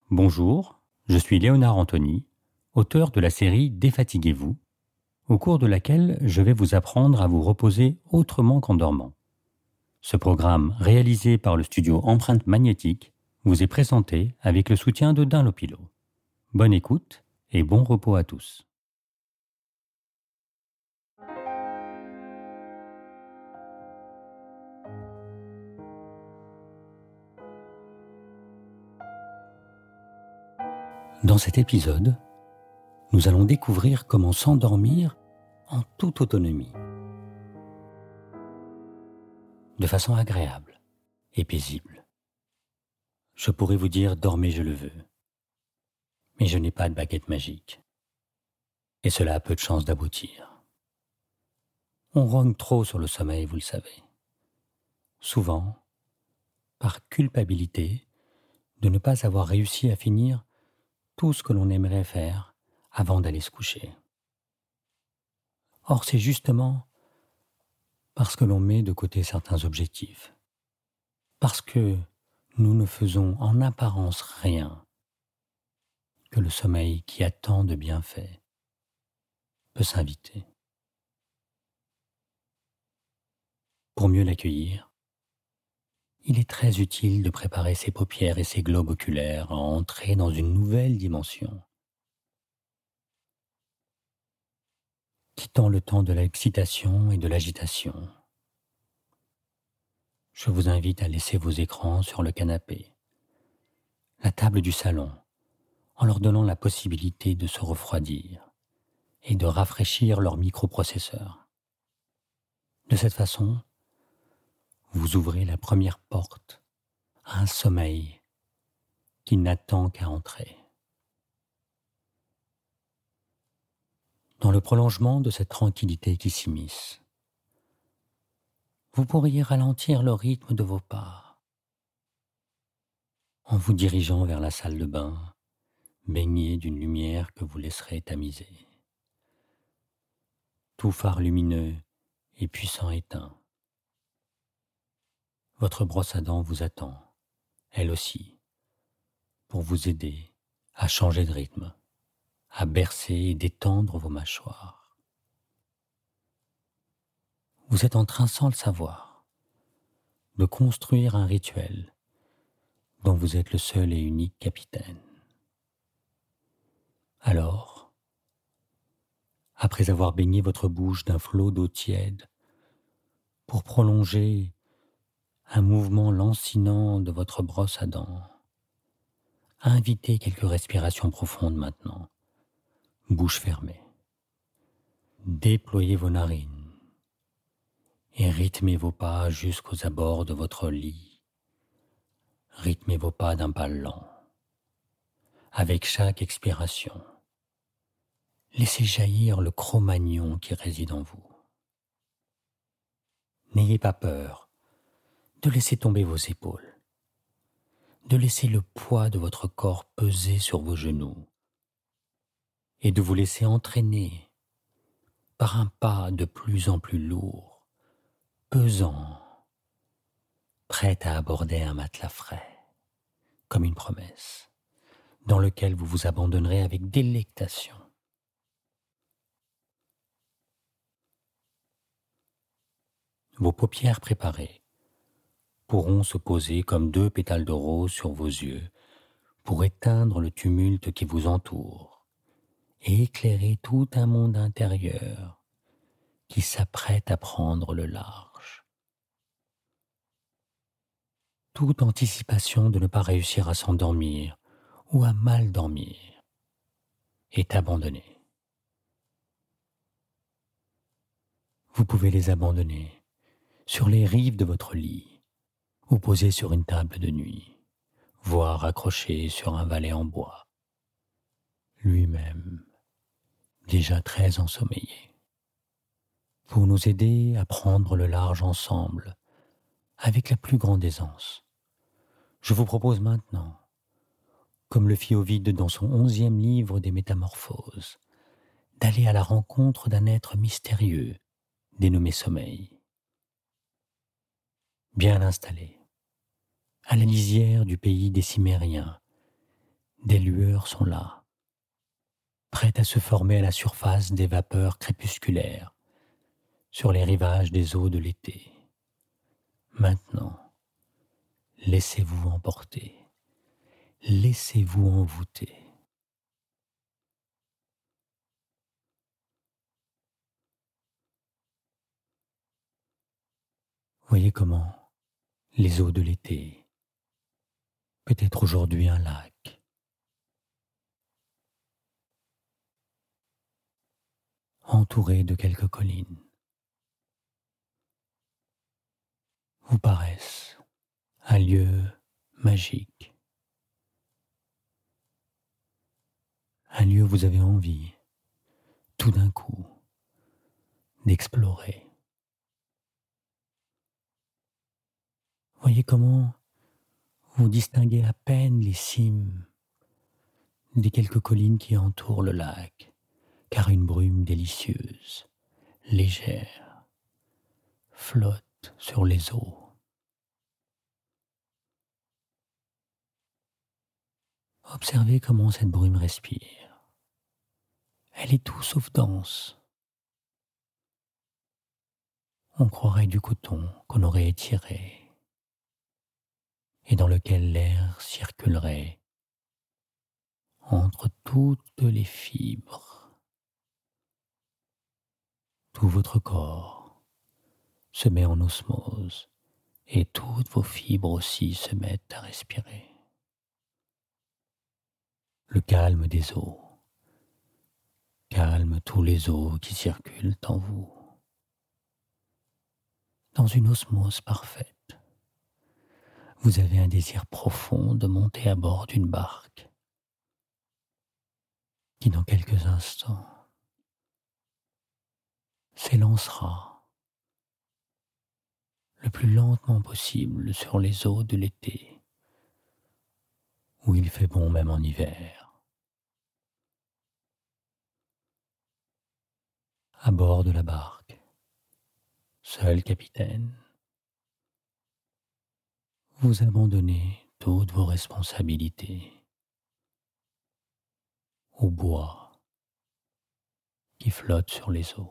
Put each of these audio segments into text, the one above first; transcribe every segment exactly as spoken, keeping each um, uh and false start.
Bonjour, je suis Léonard Anthony, auteur de la série Défatiguez-vous, au cours de laquelle je vais vous apprendre à vous reposer autrement qu'en dormant. Ce programme, réalisé par le studio Empreinte Magnétique, vous est présenté avec le soutien de Dunlopilo. Bonne écoute et bon repos à tous. Dans cet épisode, nous allons découvrir comment s'endormir en toute autonomie, de façon agréable et paisible. Je pourrais vous dire « dormez, je le veux », mais je n'ai pas de baguette magique, et cela a peu de chances d'aboutir. On rogne trop sur le sommeil, vous le savez. Souvent, par culpabilité de ne pas avoir réussi à finir tout ce que l'on aimerait faire avant d'aller se coucher. Or, c'est justement parce que l'on met de côté certains objectifs, parce que nous ne faisons en apparence rien, que le sommeil qui a tant de bienfaits peut s'inviter. Pour mieux l'accueillir, il est très utile de préparer ses paupières et ses globes oculaires à entrer dans une nouvelle dimension. Quittant le temps de l'excitation et de l'agitation, je vous invite à laisser vos écrans sur le canapé, la table du salon, en leur donnant la possibilité de se refroidir et de rafraîchir leur microprocesseur. De cette façon, vous ouvrez la première porte à un sommeil qui n'attend qu'à entrer. Dans le prolongement de cette tranquillité qui s'immisce, vous pourriez ralentir le rythme de vos pas en vous dirigeant vers la salle de bain, baignée d'une lumière que vous laisserez tamiser. Tout phare lumineux et puissant éteint. Votre brosse à dents vous attend, elle aussi, pour vous aider à changer de rythme, à bercer et détendre vos mâchoires. Vous êtes en train, sans le savoir, de construire un rituel dont vous êtes le seul et unique capitaine. Alors, après avoir baigné votre bouche d'un flot d'eau tiède, pour prolonger un mouvement lancinant de votre brosse à dents, invitez quelques respirations profondes maintenant, bouche fermée. Déployez vos narines et rythmez vos pas jusqu'aux abords de votre lit. Rythmez vos pas d'un pas lent. Avec chaque expiration, laissez jaillir le Cro-Magnon qui réside en vous. N'ayez pas peur de laisser tomber vos épaules, de laisser le poids de votre corps peser sur vos genoux et de vous laisser entraîner par un pas de plus en plus lourd, pesant, prêt à aborder un matelas frais, comme une promesse, dans lequel vous vous abandonnerez avec délectation. Vos paupières préparées pourront se poser comme deux pétales de rose sur vos yeux pour éteindre le tumulte qui vous entoure et éclairer tout un monde intérieur qui s'apprête à prendre le large. Toute anticipation de ne pas réussir à s'endormir ou à mal dormir est abandonnée. Vous pouvez les abandonner sur les rives de votre lit ou posé sur une table de nuit, voire accroché sur un valet en bois, lui-même déjà très ensommeillé. Pour nous aider à prendre le large ensemble, avec la plus grande aisance, je vous propose maintenant, comme le fit Ovide dans son onzième livre des Métamorphoses, d'aller à la rencontre d'un être mystérieux dénommé sommeil. Bien installé, à la lisière du pays des Cimériens, des lueurs sont là, prêtes à se former à la surface des vapeurs crépusculaires, sur les rivages des eaux de l'été. Maintenant, laissez-vous emporter, laissez-vous envoûter. Voyez comment les eaux de l'été, peut-être aujourd'hui un lac, entouré de quelques collines, vous paraissent un lieu magique, un lieu où vous avez envie, tout d'un coup, d'explorer. Voyez comment vous distinguez à peine les cimes des quelques collines qui entourent le lac, car une brume délicieuse, légère, flotte sur les eaux. Observez comment cette brume respire. Elle est tout sauf dense. On croirait du coton qu'on aurait étiré et dans lequel l'air circulerait entre toutes les fibres. Tout votre corps se met en osmose et toutes vos fibres aussi se mettent à respirer. Le calme des eaux calme tous les eaux qui circulent en vous, dans une osmose parfaite. Vous avez un désir profond de monter à bord d'une barque qui, dans quelques instants, s'élancera le plus lentement possible sur les eaux de l'été, où il fait bon même en hiver. À bord de la barque, seul capitaine, vous abandonnez toutes vos responsabilités au bois qui flotte sur les eaux.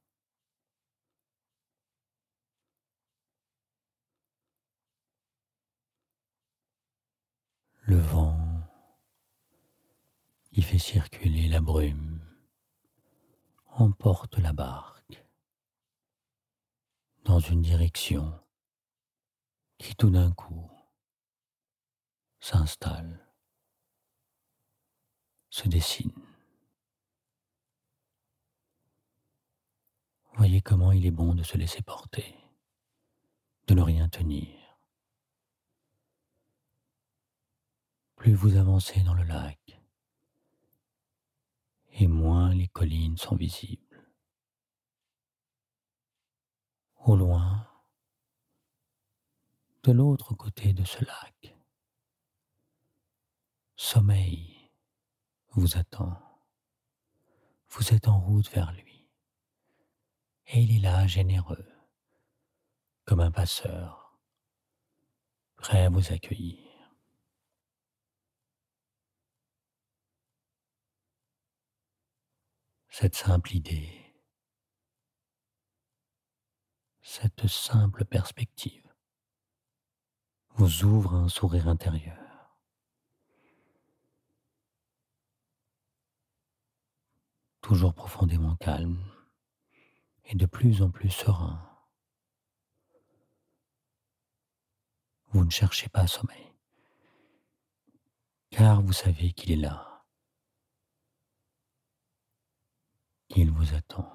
Le vent qui fait circuler la brume emporte la barque dans une direction qui tout d'un coup s'installe, se dessine. Voyez comment il est bon de se laisser porter, de ne rien tenir. Plus vous avancez dans le lac, et moins les collines sont visibles. Au loin, de l'autre côté de ce lac, sommeil vous attend. Vous êtes en route vers lui, et il est là généreux, comme un passeur, prêt à vous accueillir. Cette simple idée, cette simple perspective vous ouvre un sourire intérieur. Toujours profondément calme et de plus en plus serein. Vous ne cherchez pas sommeil, car vous savez qu'il est là, qu'il vous attend.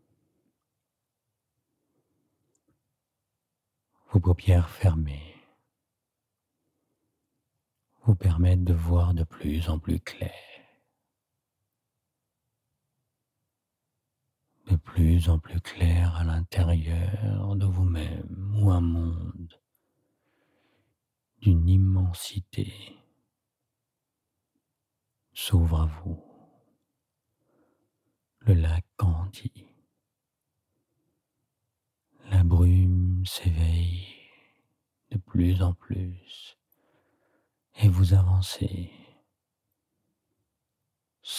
Vos paupières fermées vous permettent de voir de plus en plus clair, de plus en plus clair à l'intérieur de vous-même, où un monde d'une immensité s'ouvre à vous. Le lac grandit, la brume s'éveille de plus en plus et vous avancez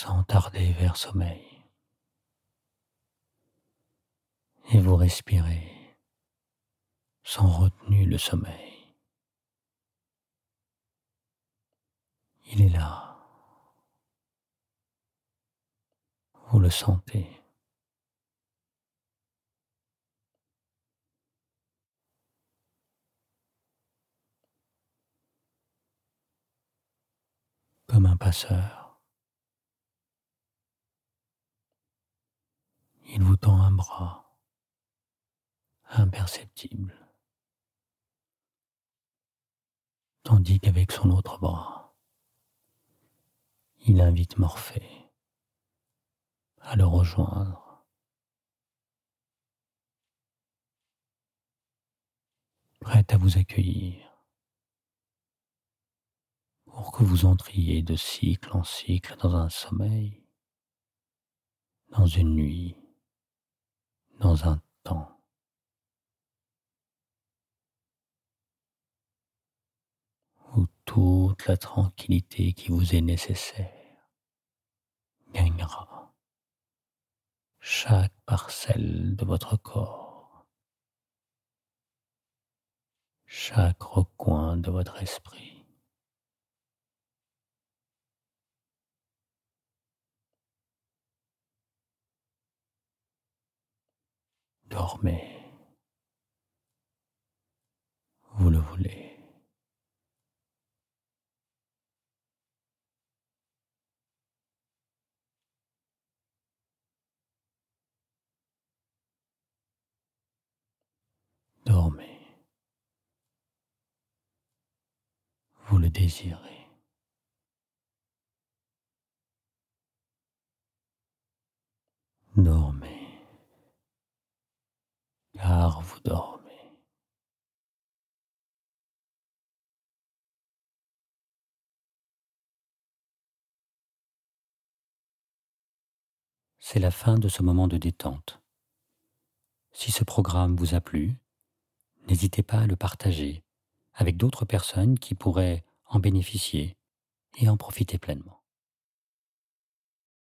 sans tarder vers sommeil. Et vous respirez sans retenue le sommeil. Il est là. Vous le sentez. Comme un passeur. Il vous tend un bras, imperceptible, tandis qu'avec son autre bras, il invite Morphée à le rejoindre, prêt à vous accueillir, pour que vous entriez de cycle en cycle dans un sommeil, dans une nuit, dans un temps où toute la tranquillité qui vous est nécessaire gagnera chaque parcelle de votre corps, chaque recoin de votre esprit. Dormez, vous le voulez. Dormez, vous le désirez. Dormez, car vous dormez. C'est la fin de ce moment de détente. Si ce programme vous a plu, n'hésitez pas à le partager avec d'autres personnes qui pourraient en bénéficier et en profiter pleinement.